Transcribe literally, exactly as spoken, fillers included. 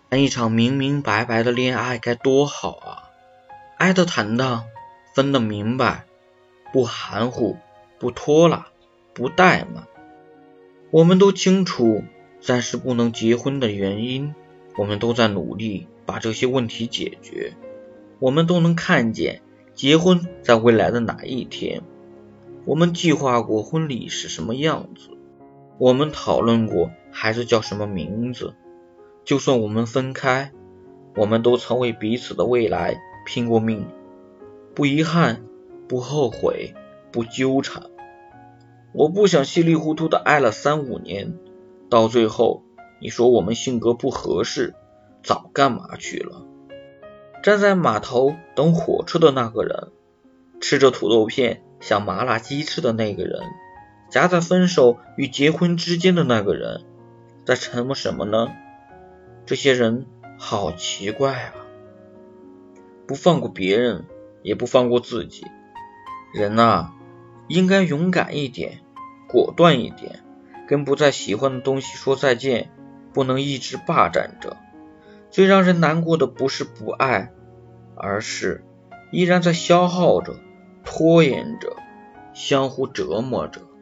谈一场明明白白的恋爱该多好啊！爱得坦荡，分得明白，不含糊，不拖拉，不怠慢。我们都清楚暂时不能结婚的原因，我们都在努力把这些问题解决。我们都能看见结婚在未来的哪一天，我们计划过婚礼是什么样子，我们讨论过孩子叫什么名字。就算我们分开，我们都曾为彼此的未来拼过命，不遗憾，不后悔，不纠缠。我不想稀里糊涂的爱了三五年，到最后你说我们性格不合适，早干嘛去了。站在码头等火车的那个人，吃着土豆片像麻辣鸡翅的那个人，夹在分手与结婚之间的那个人，在沉默什么呢？这些人好奇怪啊，不放过别人，也不放过自己。人啊，应该勇敢一点，果断一点，跟不再喜欢的东西说再见，不能一直霸占着。最让人难过的不是不爱，而是依然在消耗着，拖延着，相互折磨着。